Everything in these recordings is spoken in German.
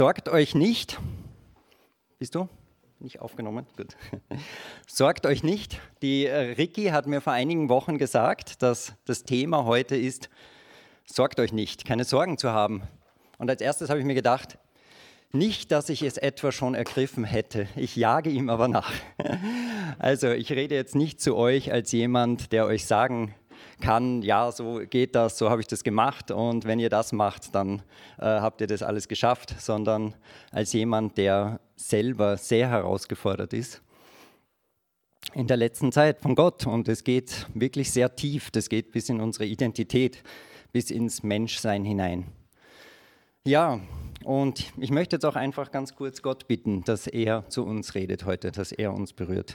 Sorgt euch nicht, bist du nicht aufgenommen? Gut. Sorgt euch nicht. Die Ricky hat mir vor einigen Wochen gesagt, dass das Thema heute ist, sorgt euch nicht, keine Sorgen zu haben. Und als erstes habe ich mir gedacht, nicht, dass ich es etwa schon ergriffen hätte, ich jage ihm aber nach. Also ich rede jetzt nicht zu euch als jemand, der euch sagen kann, ja, so geht das, so habe ich das gemacht und wenn ihr das macht, dann habt ihr das alles geschafft, sondern als jemand, der selber sehr herausgefordert ist in der letzten Zeit von Gott. Und es geht wirklich sehr tief, das geht bis in unsere Identität, bis ins Menschsein hinein. Ja, und ich möchte jetzt auch einfach ganz kurz Gott bitten, dass er zu uns redet heute, dass er uns berührt.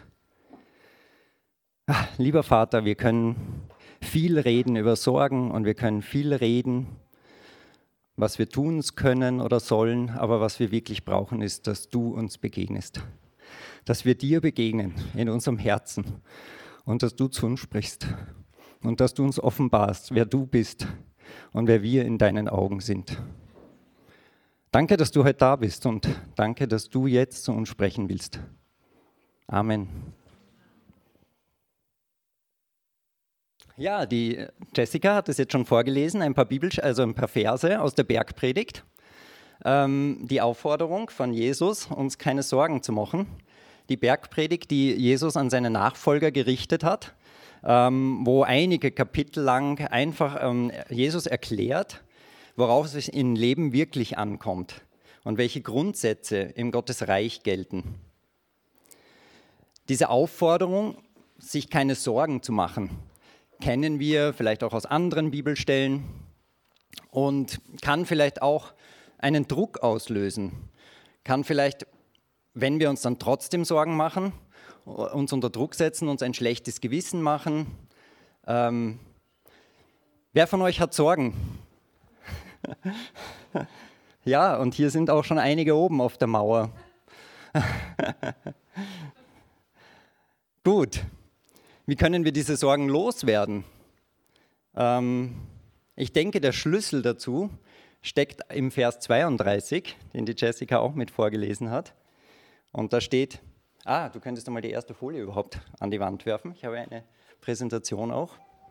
Lieber Vater, wir können viel reden über Sorgen und wir können viel reden, was wir tun können oder sollen, aber was wir wirklich brauchen, ist, dass du uns begegnest, dass wir dir begegnen in unserem Herzen und dass du zu uns sprichst und dass du uns offenbarst, wer du bist und wer wir in deinen Augen sind. Danke, dass du heute da bist und danke, dass du jetzt zu uns sprechen willst. Amen. Ja, die Jessica hat es jetzt schon vorgelesen, ein paar Verse aus der Bergpredigt. Die Aufforderung von Jesus, uns keine Sorgen zu machen. Die Bergpredigt, die Jesus an seine Nachfolger gerichtet hat, wo einige Kapitel lang einfach Jesus erklärt, worauf es im Leben wirklich ankommt und welche Grundsätze im Gottesreich gelten. Diese Aufforderung, sich keine Sorgen zu machen, kennen wir vielleicht auch aus anderen Bibelstellen und kann vielleicht auch einen Druck auslösen. Kann vielleicht, wenn wir uns dann trotzdem Sorgen machen, uns unter Druck setzen, uns ein schlechtes Gewissen machen. Wer von euch hat Sorgen? Ja, und hier sind auch schon einige oben auf der Mauer. Gut. Wie können wir diese Sorgen loswerden? Ich denke, der Schlüssel dazu steckt im Vers 32, den die Jessica auch mit vorgelesen hat. Und da steht, du könntest einmal die erste Folie überhaupt an die Wand werfen. Ich habe eine Präsentation auch.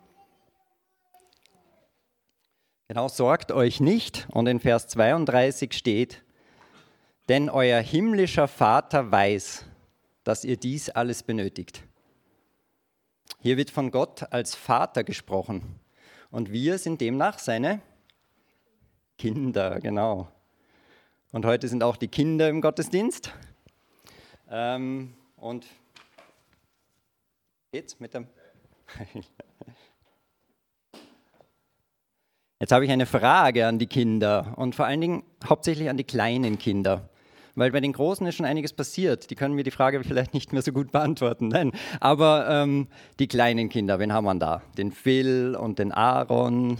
Genau, sorgt euch nicht. Und in Vers 32 steht, denn euer himmlischer Vater weiß, dass ihr dies alles benötigt. Hier wird von Gott als Vater gesprochen und wir sind demnach seine Kinder, genau. Und heute sind auch die Kinder im Gottesdienst. Und geht's mit dem? Jetzt habe ich eine Frage an die Kinder und vor allen Dingen hauptsächlich an die kleinen Kinder. Weil bei den Großen ist schon einiges passiert. Die können mir die Frage vielleicht nicht mehr so gut beantworten. Nein, aber die kleinen Kinder, wen haben wir da? Den Phil und den Aaron.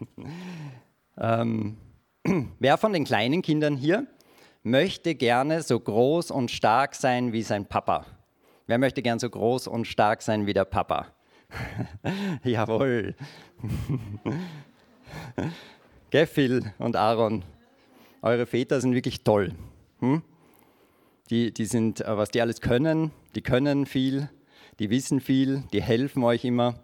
Wer von den kleinen Kindern hier möchte gerne so groß und stark sein wie sein Papa? Wer möchte gern so groß und stark sein wie der Papa? Jawohl. Gell, Phil und Aaron? Eure Väter sind wirklich toll. Die sind, was die alles können, die können viel, die wissen viel, die helfen euch immer.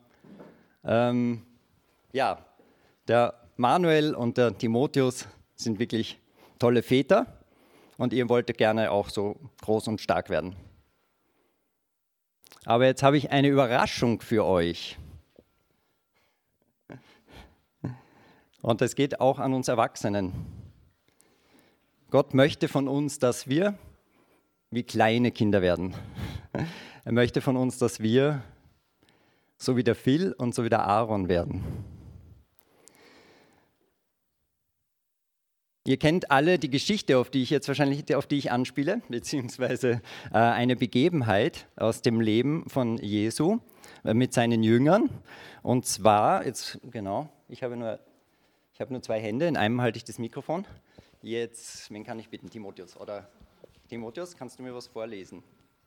Der Manuel und der Timotheus sind wirklich tolle Väter und ihr wolltet gerne auch so groß und stark werden. Aber jetzt habe ich eine Überraschung für euch. Und es geht auch an uns Erwachsenen. Gott möchte von uns, dass wir wie kleine Kinder werden. Er möchte von uns, dass wir so wie der Phil und so wie der Aaron werden. Ihr kennt alle die Geschichte, auf die ich anspiele, beziehungsweise eine Begebenheit aus dem Leben von Jesu mit seinen Jüngern. Und zwar, ich habe nur zwei Hände, in einem halte ich das Mikrofon. Jetzt, wen kann ich bitten? Timotheus. Oder Timotheus, kannst du mir was vorlesen?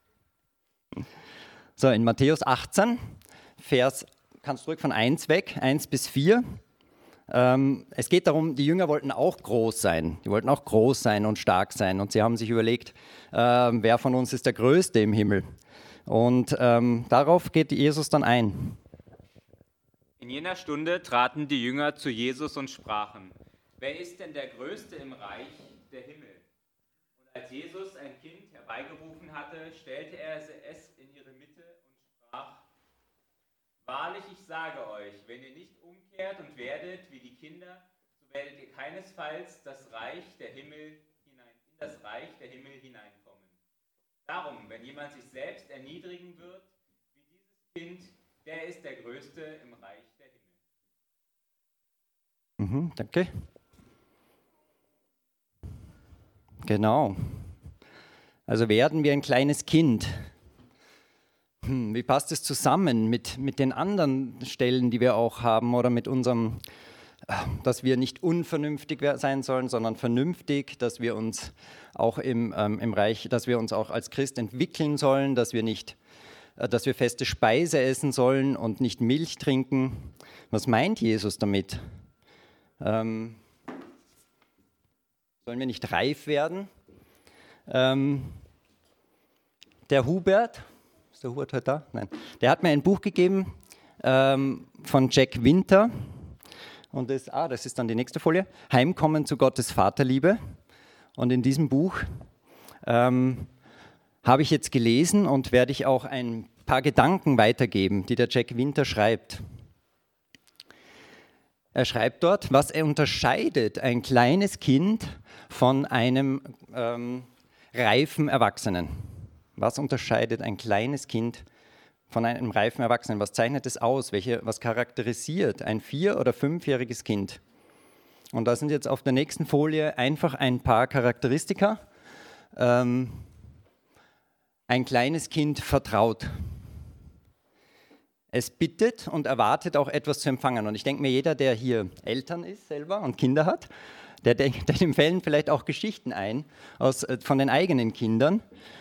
So, in Matthäus 18, kannst du ruhig von 1 weg, 1 bis 4. Es geht darum, die Jünger wollten auch groß sein. Die wollten auch groß sein und stark sein. Und sie haben sich überlegt, wer von uns ist der Größte im Himmel? Und darauf geht Jesus dann ein. In jener Stunde traten die Jünger zu Jesus und sprachen: Wer ist denn der Größte im Reich der Himmel? Und als Jesus ein Kind herbeigerufen hatte, stellte er es in ihre Mitte und sprach: Wahrlich, ich sage euch, wenn ihr nicht umkehrt und werdet wie die Kinder, so werdet ihr keinesfalls in das Reich der Himmel hineinkommen. Darum, wenn jemand sich selbst erniedrigen wird, wie dieses Kind, der ist der Größte im Reich der Himmel. Danke. Genau. Also werden wir ein kleines Kind. Wie passt es zusammen mit den anderen Stellen, die wir auch haben, oder mit unserem, dass wir nicht unvernünftig sein sollen, sondern vernünftig, dass wir uns auch im Reich, dass wir uns auch als Christ entwickeln sollen, dass wir feste Speise essen sollen und nicht Milch trinken. Was meint Jesus damit? Sollen wir nicht reif werden? Der Hubert, ist der Hubert heute da? Nein. Der hat mir ein Buch gegeben von Jack Winter. Und das ist dann die nächste Folie. Heimkommen zu Gottes Vaterliebe. Und in diesem Buch habe ich jetzt gelesen und werde ich auch ein paar Gedanken weitergeben, die der Jack Winter schreibt. Er schreibt dort, was unterscheidet ein kleines Kind von einem reifen Erwachsenen? Was unterscheidet ein kleines Kind von einem reifen Erwachsenen? Was zeichnet es aus? Was charakterisiert ein 4- oder 5-jähriges Kind? Und da sind jetzt auf der nächsten Folie einfach ein paar Charakteristika. Ein kleines Kind vertraut. Es bittet und erwartet auch etwas zu empfangen. Und ich denke mir, jeder, der hier Eltern ist selber und Kinder hat, dem fällen vielleicht auch Geschichten ein von den eigenen Kindern.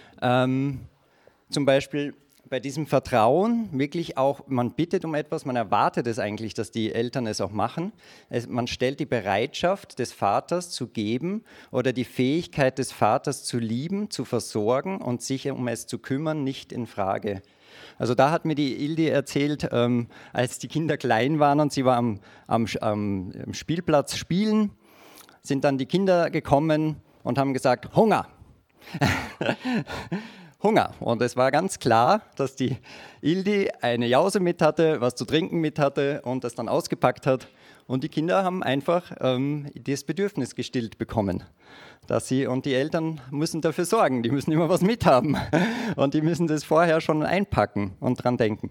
Zum Beispiel bei diesem Vertrauen wirklich auch, man bittet um etwas, man erwartet es eigentlich, dass die Eltern es auch machen. Man stellt die Bereitschaft des Vaters zu geben oder die Fähigkeit des Vaters zu lieben, zu versorgen und sich um es zu kümmern, nicht in Frage. Also da hat mir die Ildi erzählt, als die Kinder klein waren und sie war am Spielplatz spielen, sind dann die Kinder gekommen und haben gesagt, Hunger. Hunger. Und es war ganz klar, dass die Ildi eine Jause mit hatte, was zu trinken mit hatte und das dann ausgepackt hat. Und die Kinder haben einfach das Bedürfnis gestillt bekommen. Und die Eltern müssen dafür sorgen, die müssen immer was mithaben. Und die müssen das vorher schon einpacken und dran denken.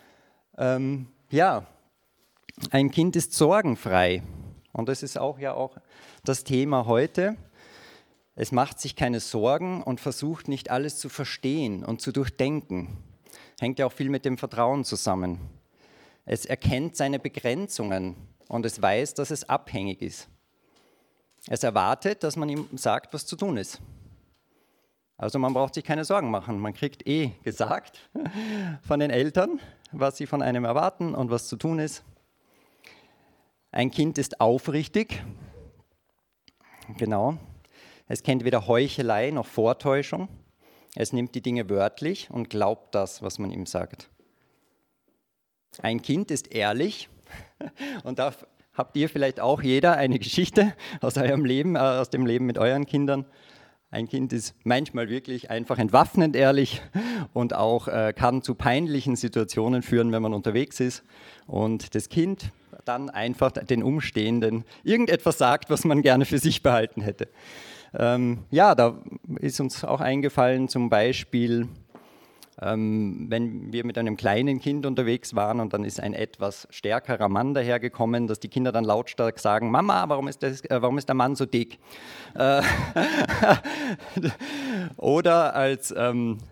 Ja, ein Kind ist sorgenfrei. Und das ist auch das Thema heute. Es macht sich keine Sorgen und versucht nicht alles zu verstehen und zu durchdenken. Hängt ja auch viel mit dem Vertrauen zusammen. Es erkennt seine Begrenzungen und es weiß, dass es abhängig ist. Es erwartet, dass man ihm sagt, was zu tun ist. Also man braucht sich keine Sorgen machen. Man kriegt gesagt von den Eltern, was sie von einem erwarten und was zu tun ist. Ein Kind ist aufrichtig. Genau. Es kennt weder Heuchelei noch Vortäuschung. Es nimmt die Dinge wörtlich und glaubt das, was man ihm sagt. Ein Kind ist ehrlich. Und da habt ihr vielleicht auch jeder eine Geschichte aus eurem Leben, aus dem Leben mit euren Kindern. Ein Kind ist manchmal wirklich einfach entwaffnend ehrlich und auch kann zu peinlichen Situationen führen, wenn man unterwegs ist. Und das Kind dann einfach den Umstehenden irgendetwas sagt, was man gerne für sich behalten hätte. Da ist uns auch eingefallen, zum Beispiel, wenn wir mit einem kleinen Kind unterwegs waren und dann ist ein etwas stärkerer Mann dahergekommen, dass die Kinder dann lautstark sagen, Mama, warum ist der Mann so dick? Oder als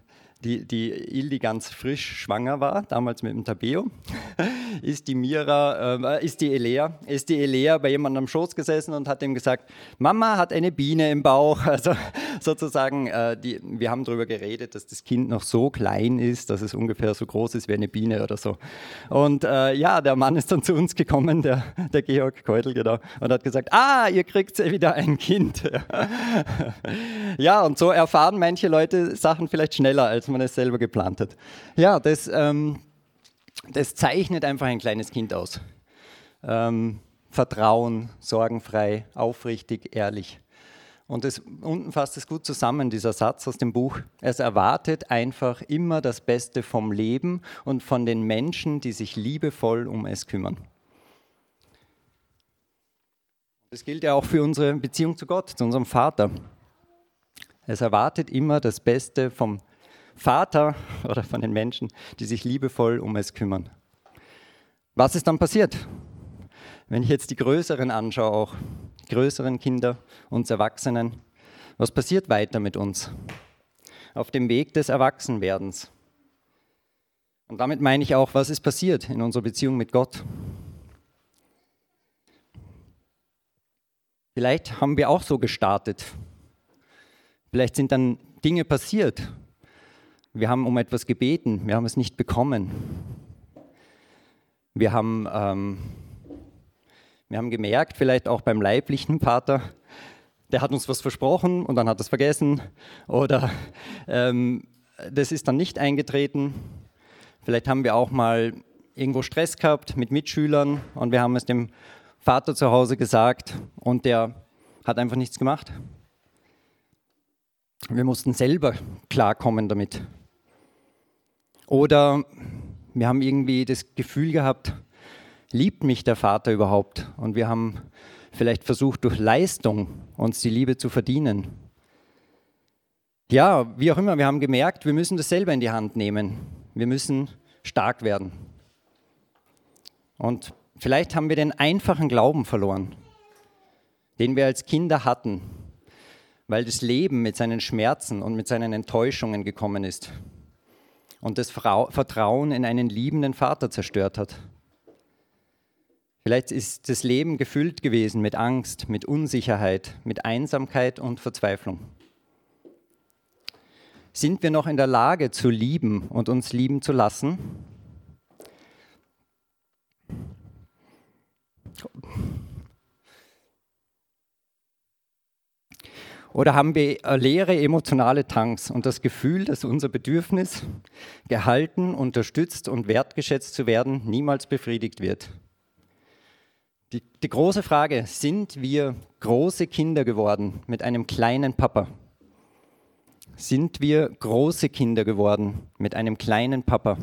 die Ildi ganz frisch schwanger war, damals mit dem Tabeo, ist die Elea bei jemandem am Schoß gesessen und hat ihm gesagt, Mama hat eine Biene im Bauch. Also sozusagen, wir haben darüber geredet, dass das Kind noch so klein ist, dass es ungefähr so groß ist wie eine Biene oder so. Und der Mann ist dann zu uns gekommen, der Georg Keudel, genau, und hat gesagt, ihr kriegt wieder ein Kind. Ja, und so erfahren manche Leute Sachen vielleicht schneller, als man es selber geplant hat. Ja, das zeichnet einfach ein kleines Kind aus. Vertrauen, sorgenfrei, aufrichtig, ehrlich. Und unten fasst es gut zusammen, dieser Satz aus dem Buch. Es erwartet einfach immer das Beste vom Leben und von den Menschen, die sich liebevoll um es kümmern. Das gilt ja auch für unsere Beziehung zu Gott, zu unserem Vater. Es erwartet immer das Beste vom Vater oder von den Menschen, die sich liebevoll um es kümmern. Was ist dann passiert? Wenn ich jetzt die Größeren anschaue, auch die größeren Kinder, uns Erwachsenen, was passiert weiter mit uns auf dem Weg des Erwachsenwerdens? Und damit meine ich auch, was ist passiert in unserer Beziehung mit Gott? Vielleicht haben wir auch so gestartet. Vielleicht sind dann Dinge passiert. Wir haben um etwas gebeten, wir haben es nicht bekommen. Wir haben gemerkt, vielleicht auch beim leiblichen Vater, der hat uns was versprochen und dann hat er es vergessen. Oder das ist dann nicht eingetreten. Vielleicht haben wir auch mal irgendwo Stress gehabt mit Mitschülern und wir haben es dem Vater zu Hause gesagt und der hat einfach nichts gemacht. Wir mussten selber klarkommen damit. Oder wir haben irgendwie das Gefühl gehabt, liebt mich der Vater überhaupt? Und wir haben vielleicht versucht, durch Leistung uns die Liebe zu verdienen. Ja, wie auch immer, wir haben gemerkt, wir müssen das selber in die Hand nehmen. Wir müssen stark werden. Und vielleicht haben wir den einfachen Glauben verloren, den wir als Kinder hatten, weil das Leben mit seinen Schmerzen und mit seinen Enttäuschungen gekommen ist und das Vertrauen in einen liebenden Vater zerstört hat. Vielleicht ist das Leben gefüllt gewesen mit Angst, mit Unsicherheit, mit Einsamkeit und Verzweiflung. Sind wir noch in der Lage zu lieben und uns lieben zu lassen? Oder haben wir leere emotionale Tanks und das Gefühl, dass unser Bedürfnis, gehalten, unterstützt und wertgeschätzt zu werden, niemals befriedigt wird? Die große Frage, sind wir große Kinder geworden mit einem kleinen Papa? Sind wir große Kinder geworden mit einem kleinen Papa?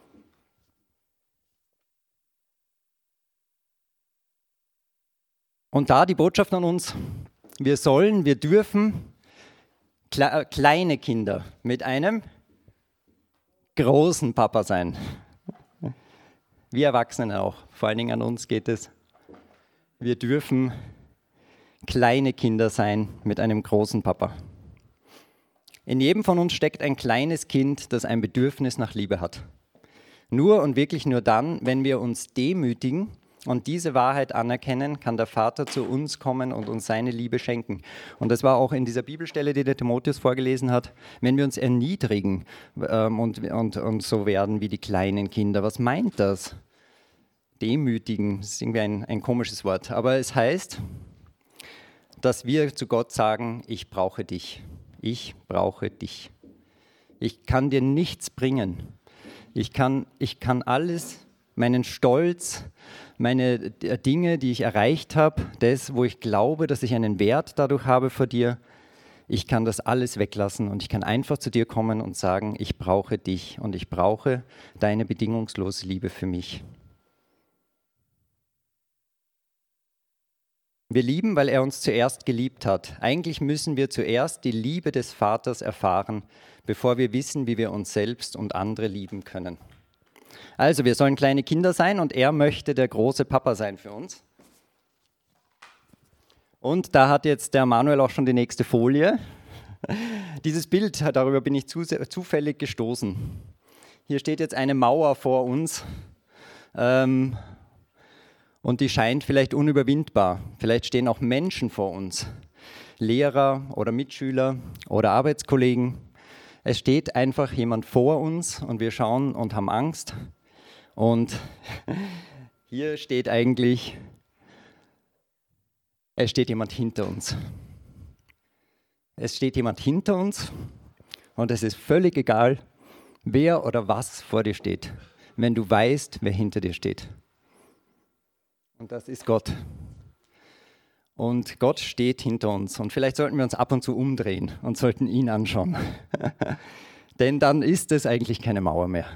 Und da die Botschaft an uns, wir dürfen kleine Kinder mit einem großen Papa sein. Wir Erwachsenen auch, vor allen Dingen an uns geht es. Wir dürfen kleine Kinder sein mit einem großen Papa. In jedem von uns steckt ein kleines Kind, das ein Bedürfnis nach Liebe hat. Nur und wirklich nur dann, wenn wir uns demütigen und diese Wahrheit anerkennen, kann der Vater zu uns kommen und uns seine Liebe schenken. Und das war auch in dieser Bibelstelle, die der Timotheus vorgelesen hat, wenn wir uns erniedrigen und so werden wie die kleinen Kinder. Was meint das? Demütigen, das ist irgendwie ein komisches Wort, aber es heißt, dass wir zu Gott sagen, ich brauche dich, ich brauche dich. Ich kann dir nichts bringen. Ich kann alles, meinen Stolz, meine Dinge, die ich erreicht habe, das, wo ich glaube, dass ich einen Wert dadurch habe vor dir, ich kann das alles weglassen und ich kann einfach zu dir kommen und sagen, ich brauche dich und ich brauche deine bedingungslose Liebe für mich. Wir lieben, weil er uns zuerst geliebt hat. Eigentlich müssen wir zuerst die Liebe des Vaters erfahren, bevor wir wissen, wie wir uns selbst und andere lieben können. Also, wir sollen kleine Kinder sein und er möchte der große Papa sein für uns. Und da hat jetzt der Manuel auch schon die nächste Folie. Dieses Bild, darüber bin ich zufällig gestoßen. Hier steht jetzt eine Mauer vor uns und die scheint vielleicht unüberwindbar. Vielleicht stehen auch Menschen vor uns, Lehrer oder Mitschüler oder Arbeitskollegen. Es steht einfach jemand vor uns und wir schauen und haben Angst. Und hier steht eigentlich, es steht jemand hinter uns. Es steht jemand hinter uns und es ist völlig egal, wer oder was vor dir steht, wenn du weißt, wer hinter dir steht. Und das ist Gott. Und Gott steht hinter uns. Und vielleicht sollten wir uns ab und zu umdrehen und sollten ihn anschauen. Denn dann ist es eigentlich keine Mauer mehr.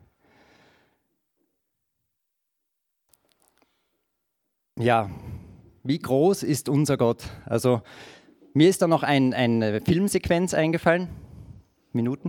Ja, wie groß ist unser Gott? Also mir ist da noch eine Filmsequenz eingefallen. Minuten?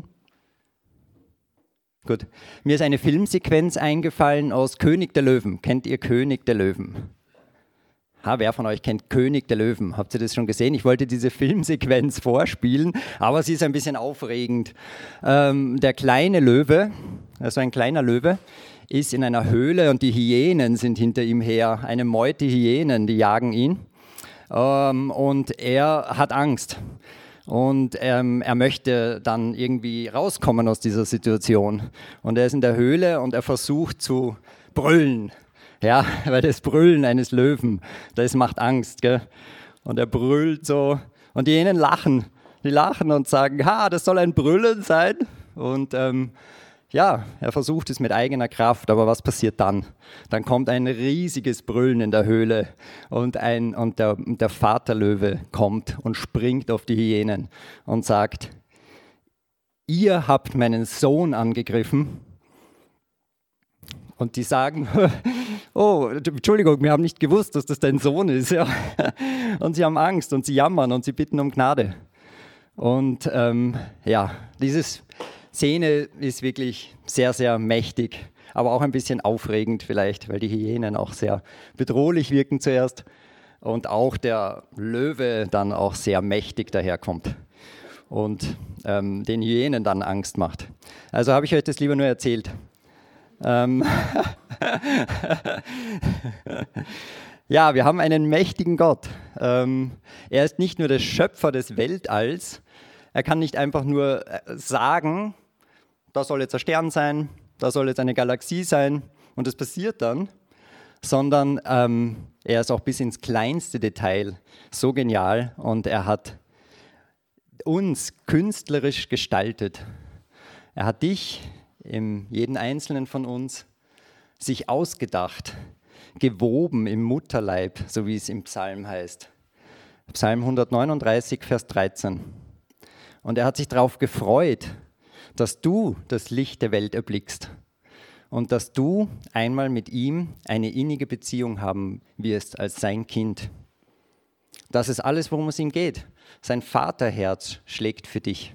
Gut. Mir ist eine Filmsequenz eingefallen aus König der Löwen. Kennt ihr König der Löwen? Wer von euch kennt König der Löwen? Habt ihr das schon gesehen? Ich wollte diese Filmsequenz vorspielen, aber sie ist ein bisschen aufregend. Der kleine Löwe, also ein kleiner Löwe, ist in einer Höhle und die Hyänen sind hinter ihm her. Eine Meute Hyänen, die jagen ihn. Und er hat Angst. Und er möchte dann irgendwie rauskommen aus dieser Situation. Und er ist in der Höhle und er versucht zu brüllen. Ja, weil das Brüllen eines Löwen, das macht Angst. Gell? Und er brüllt so. Und die Hyänen lachen. Die lachen und sagen, das soll ein Brüllen sein. Und er versucht es mit eigener Kraft, aber was passiert dann? Dann kommt ein riesiges Brüllen in der Höhle und der Vaterlöwe kommt und springt auf die Hyänen und sagt, ihr habt meinen Sohn angegriffen. Und die sagen, oh, Entschuldigung, wir haben nicht gewusst, dass das dein Sohn ist. Ja. Und sie haben Angst und sie jammern und sie bitten um Gnade. Und diese Szene ist wirklich sehr, sehr mächtig, aber auch ein bisschen aufregend vielleicht, weil die Hyänen auch sehr bedrohlich wirken zuerst und auch der Löwe dann auch sehr mächtig daherkommt und den Hyänen dann Angst macht. Also habe ich euch das lieber nur erzählt. Ja, wir haben einen mächtigen Gott. Er ist nicht nur der Schöpfer des Weltalls. Er kann nicht einfach nur sagen, da soll jetzt ein Stern sein, da soll jetzt eine Galaxie sein und das passiert dann, sondern er ist auch bis ins kleinste Detail so genial und er hat uns künstlerisch gestaltet. Er hat dich, jeden einzelnen von uns, sich ausgedacht, gewoben im Mutterleib, so wie es im Psalm heißt. Psalm 139, Vers 13. Und er hat sich darauf gefreut, dass du das Licht der Welt erblickst und dass du einmal mit ihm eine innige Beziehung haben wirst als sein Kind. Das ist alles, worum es ihm geht. Sein Vaterherz schlägt für dich.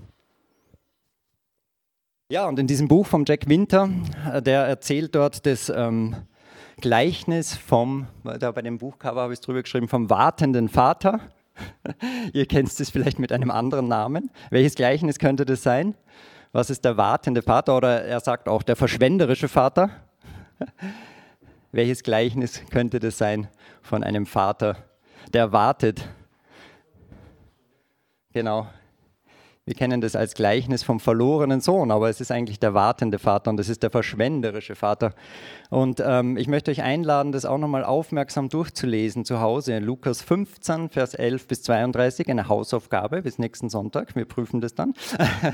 Ja, und in diesem Buch von Jack Winter, der erzählt dort das Gleichnis da bei dem Buchcover habe ich es drüber geschrieben, vom wartenden Vater. Ihr kennt es vielleicht mit einem anderen Namen. Welches Gleichnis könnte das sein? Was ist der wartende Vater? Oder er sagt auch der verschwenderische Vater. Welches Gleichnis könnte das sein von einem Vater, der wartet? Genau. Wir kennen das als Gleichnis vom verlorenen Sohn, aber es ist eigentlich der wartende Vater und das ist der verschwenderische Vater. Und ich möchte euch einladen, das auch nochmal aufmerksam durchzulesen zu Hause. Lukas 15, Vers 11 bis 32, eine Hausaufgabe bis nächsten Sonntag. Wir prüfen das dann.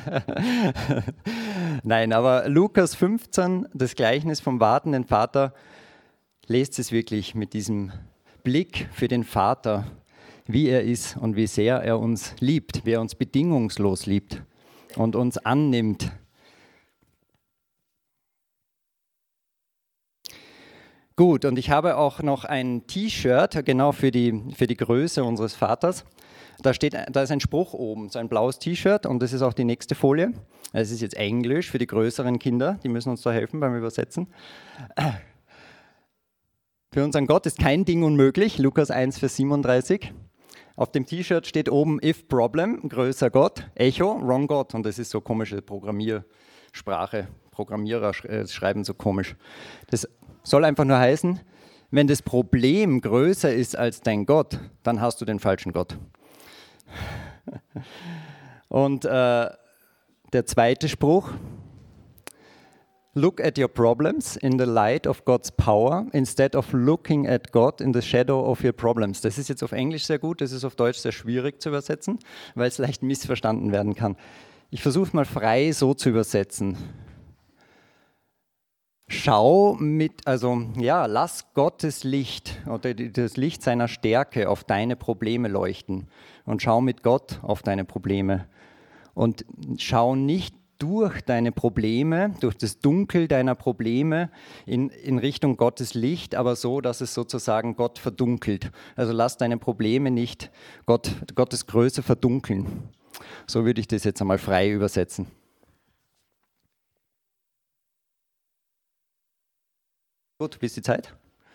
Nein, aber Lukas 15, das Gleichnis vom wartenden Vater, lest es wirklich mit diesem Blick für den Vater, wie er ist und wie sehr er uns liebt, wie er uns bedingungslos liebt und uns annimmt. Gut, und ich habe auch noch ein T-Shirt, genau für die Größe unseres Vaters. Da ist ein Spruch oben, so ein blaues T-Shirt und das ist auch die nächste Folie. Es ist jetzt Englisch für die größeren Kinder, die müssen uns da helfen beim Übersetzen. Für unseren Gott ist kein Ding unmöglich, Lukas 1, Vers 37. Auf dem T-Shirt steht oben if problem, größer Gott, Echo, wrong God. Und das ist so komische Programmiersprache. Programmierer schreiben so komisch. Das soll einfach nur heißen, wenn das Problem größer ist als dein Gott, dann hast du den falschen Gott. Und der zweite Spruch, look at your problems in the light of God's power instead of looking at God in the shadow of your problems. Das ist jetzt auf Englisch sehr gut, das ist auf Deutsch sehr schwierig zu übersetzen, weil es leicht missverstanden werden kann. Ich versuche es mal frei so zu übersetzen. Lass Gottes Licht oder das Licht seiner Stärke auf deine Probleme leuchten und schau mit Gott auf deine Probleme und schau nicht durch deine Probleme, durch das Dunkel deiner Probleme in Richtung Gottes Licht, aber so, dass es sozusagen Gott verdunkelt. Also lass deine Probleme nicht Gottes Größe verdunkeln. So würde ich das jetzt einmal frei übersetzen. Gut, bis die Zeit?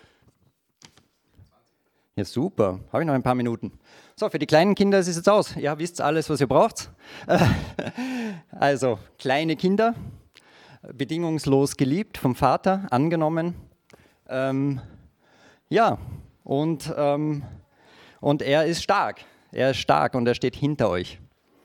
Ja, super. Habe ich noch ein paar Minuten. So, für die kleinen Kinder ist es jetzt aus. Ihr wisst alles, was ihr braucht. Also, kleine Kinder, bedingungslos geliebt vom Vater, angenommen. Und er ist stark. Er ist stark und er steht hinter euch.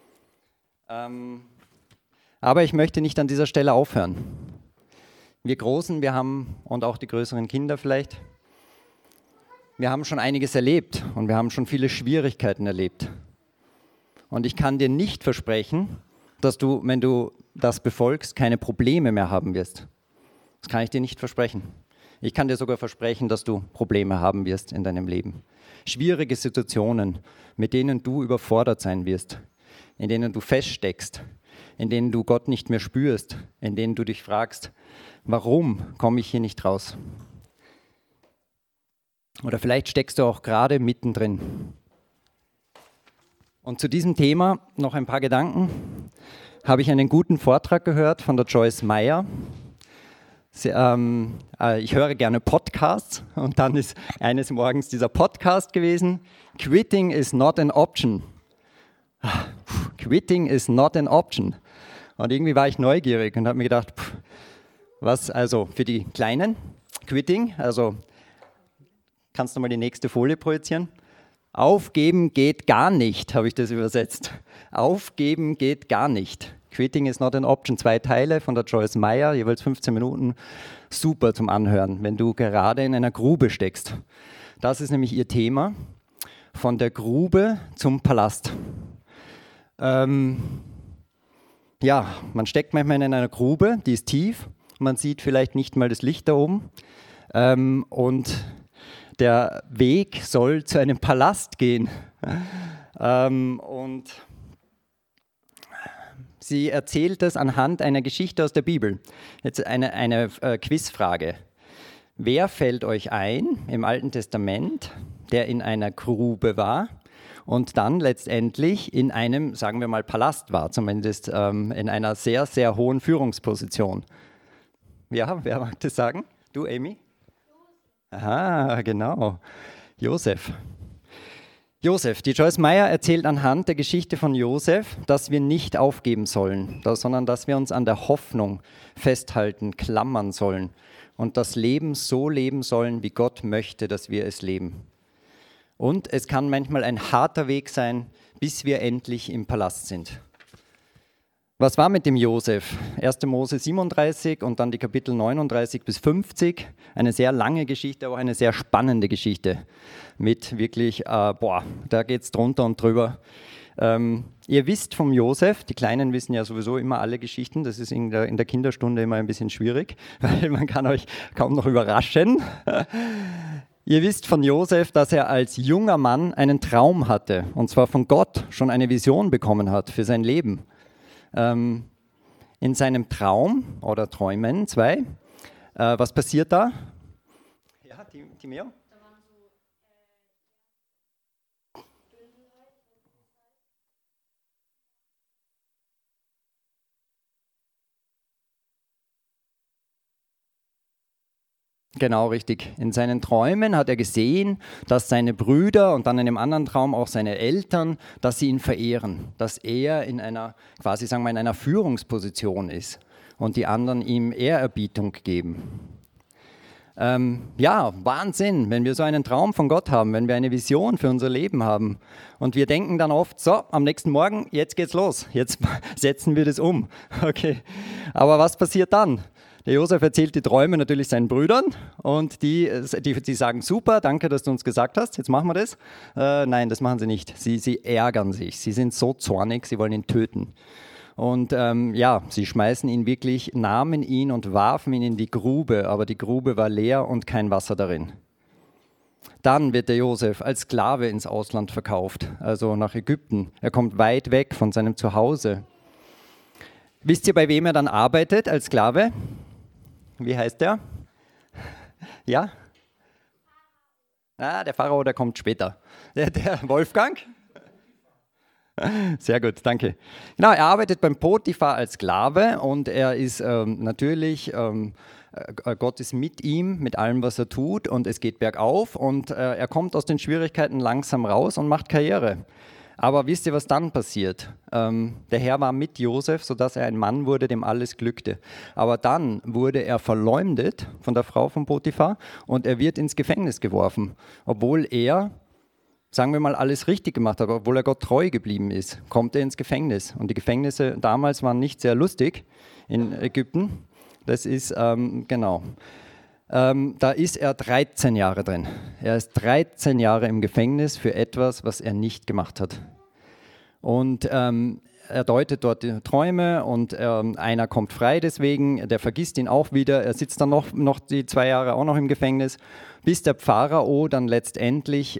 Aber ich möchte nicht an dieser Stelle aufhören. Wir Großen, und auch die größeren Kinder vielleicht, wir haben schon einiges erlebt und wir haben schon viele Schwierigkeiten erlebt. Und ich kann dir nicht versprechen, dass du, wenn du das befolgst, keine Probleme mehr haben wirst. Das kann ich dir nicht versprechen. Ich kann dir sogar versprechen, dass du Probleme haben wirst in deinem Leben. Schwierige Situationen, mit denen du überfordert sein wirst, in denen du feststeckst, in denen du Gott nicht mehr spürst, in denen du dich fragst, warum komme ich hier nicht raus? Oder vielleicht steckst du auch gerade mittendrin. Und zu diesem Thema noch ein paar Gedanken. Habe ich einen guten Vortrag gehört von der Joyce Meyer. Ich höre gerne Podcasts und dann ist eines Morgens dieser Podcast gewesen. Quitting is not an option. Quitting is not an option. Und irgendwie war ich neugierig und habe mir gedacht, was also für die Kleinen? Quitting, also kannst du mal die nächste Folie projizieren? Aufgeben geht gar nicht, habe ich das übersetzt. Aufgeben geht gar nicht. Quitting is not an option. 2 Teile von der Joyce Meyer, jeweils 15 Minuten. Super zum Anhören, wenn du gerade in einer Grube steckst. Das ist nämlich ihr Thema. Von der Grube zum Palast. Man steckt manchmal in einer Grube, die ist tief. Man sieht vielleicht nicht mal das Licht da oben. Und der Weg soll zu einem Palast gehen. Und sie erzählt das anhand einer Geschichte aus der Bibel. Jetzt eine Quizfrage. Wer fällt euch ein im Alten Testament, der in einer Grube war und dann letztendlich in einem, sagen wir mal, Palast war, zumindest in einer sehr, sehr hohen Führungsposition? Ja, wer mag das sagen? Du, Amy? Aha, genau. Josef. Die Joyce Meyer erzählt anhand der Geschichte von Josef, dass wir nicht aufgeben sollen, sondern dass wir uns an der Hoffnung festhalten, klammern sollen und das Leben so leben sollen, wie Gott möchte, dass wir es leben. Und es kann manchmal ein harter Weg sein, bis wir endlich im Palast sind. Was war mit dem Josef? 1. Mose 37 und dann die Kapitel 39 bis 50. Eine sehr lange Geschichte, aber eine sehr spannende Geschichte. Mit wirklich, da geht es drunter und drüber. Ihr wisst vom Josef, die Kleinen wissen ja sowieso immer alle Geschichten. Das ist in der Kinderstunde immer ein bisschen schwierig, weil man kann euch kaum noch überraschen. Ihr wisst von Josef, dass er als junger Mann einen Traum hatte. Und zwar von Gott schon eine Vision bekommen hat für sein Leben. In seinem Traum oder Träumen 2. Was passiert da? Ja, Timeo? Genau, richtig. In seinen Träumen hat er gesehen, dass seine Brüder und dann in einem anderen Traum auch seine Eltern, dass sie ihn verehren, dass er in einer, quasi sagen wir, in einer Führungsposition ist und die anderen ihm Ehrerbietung geben. Ja, Wahnsinn, wenn wir so einen Traum von Gott haben, wenn wir eine Vision für unser Leben haben und wir denken dann oft, so, am nächsten Morgen, jetzt geht's los, jetzt setzen wir das um. Okay, aber was passiert dann? Der Josef erzählt die Träume natürlich seinen Brüdern und die sagen, super, danke, dass du uns gesagt hast, jetzt machen wir das. Nein, das machen sie nicht. Sie ärgern sich, sie sind so zornig, sie wollen ihn töten. Und ja, sie schmeißen ihn wirklich, nahmen ihn und warfen ihn in die Grube, aber die Grube war leer und kein Wasser darin. Dann wird der Josef als Sklave ins Ausland verkauft, also nach Ägypten. Er kommt weit weg von seinem Zuhause. Wisst ihr, bei wem er dann arbeitet als Sklave? Wie heißt der? Ja? Der Pharao, der kommt später. Der Wolfgang? Sehr gut, danke. Genau, er arbeitet beim Potiphar als Sklave und er ist natürlich, Gott ist mit ihm, mit allem, was er tut und es geht bergauf und er kommt aus den Schwierigkeiten langsam raus und macht Karriere. Aber wisst ihr, was dann passiert? Der Herr war mit Josef, sodass er ein Mann wurde, dem alles glückte. Aber dann wurde er verleumdet von der Frau von Potiphar und er wird ins Gefängnis geworfen, obwohl er, sagen wir mal, alles richtig gemacht hat, obwohl er Gott treu geblieben ist, kommt er ins Gefängnis. Und die Gefängnisse damals waren nicht sehr lustig in Ägypten. Das ist, genau. Da ist er 13 Jahre drin. Er ist 13 Jahre im Gefängnis für etwas, was er nicht gemacht hat. Und er deutet dort die Träume und einer kommt frei deswegen, der vergisst ihn auch wieder. Er sitzt dann noch die 2 Jahre auch noch im Gefängnis, bis der Pharao dann letztendlich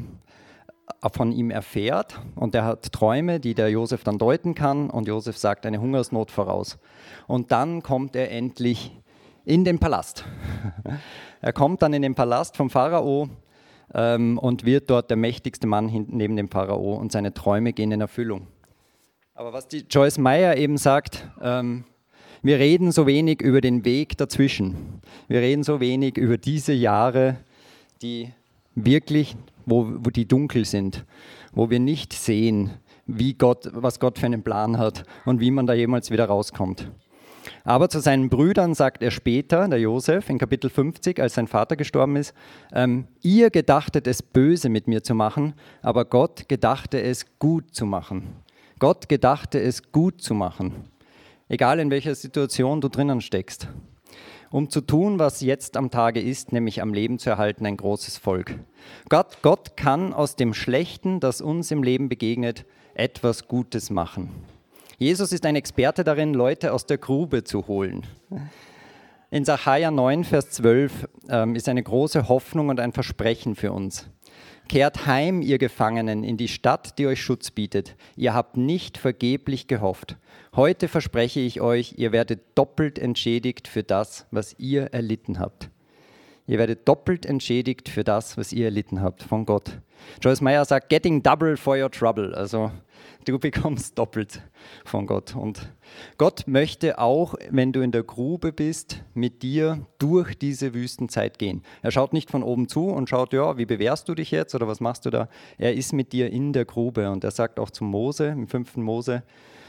von ihm erfährt. Und er hat Träume, die der Josef dann deuten kann. Und Josef sagt eine Hungersnot voraus. Und dann kommt er endlich in den Palast. Er kommt dann in den Palast vom Pharao und wird dort der mächtigste Mann neben dem Pharao und seine Träume gehen in Erfüllung. Aber was die Joyce Meyer eben sagt, wir reden so wenig über den Weg dazwischen. Wir reden so wenig über diese Jahre, die wirklich, wo die dunkel sind, wo wir nicht sehen, was Gott für einen Plan hat und wie man da jemals wieder rauskommt. Aber zu seinen Brüdern sagt er später, der Josef, in Kapitel 50, als sein Vater gestorben ist, ihr gedachtet es böse mit mir zu machen, aber Gott gedachte es gut zu machen. Gott gedachte es gut zu machen. Egal in welcher Situation du drinnen steckst. Um zu tun, was jetzt am Tage ist, nämlich am Leben zu erhalten, ein großes Volk. Gott kann aus dem Schlechten, das uns im Leben begegnet, etwas Gutes machen. Jesus ist ein Experte darin, Leute aus der Grube zu holen. In Sacharja 9, Vers 12 ist eine große Hoffnung und ein Versprechen für uns. Kehrt heim, ihr Gefangenen, in die Stadt, die euch Schutz bietet. Ihr habt nicht vergeblich gehofft. Heute verspreche ich euch, ihr werdet doppelt entschädigt für das, was ihr erlitten habt. Ihr werdet doppelt entschädigt für das, was ihr erlitten habt von Gott. Joyce Meyer sagt, getting double for your trouble. Also du bekommst doppelt von Gott. Und Gott möchte auch, wenn du in der Grube bist, mit dir durch diese Wüstenzeit gehen. Er schaut nicht von oben zu und schaut, ja, wie bewährst du dich jetzt oder was machst du da? Er ist mit dir in der Grube. Und er sagt auch zu Mose, im 5. Mose,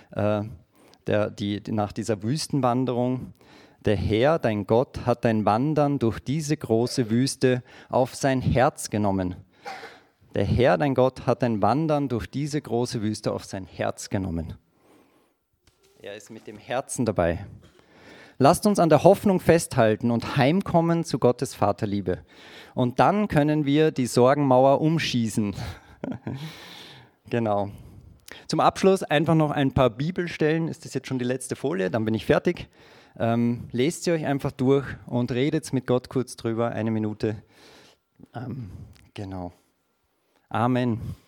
nach dieser Wüstenwanderung, der Herr, dein Gott, hat dein Wandern durch diese große Wüste auf sein Herz genommen. Der Herr, dein Gott, hat dein Wandern durch diese große Wüste auf sein Herz genommen. Er ist mit dem Herzen dabei. Lasst uns an der Hoffnung festhalten und heimkommen zu Gottes Vaterliebe. Und dann können wir die Sorgenmauer umschießen. Genau. Zum Abschluss einfach noch ein paar Bibelstellen. Ist das jetzt schon die letzte Folie? Dann bin ich fertig. Lest sie euch einfach durch und redet mit Gott kurz drüber, 1 Minute. Genau. Amen.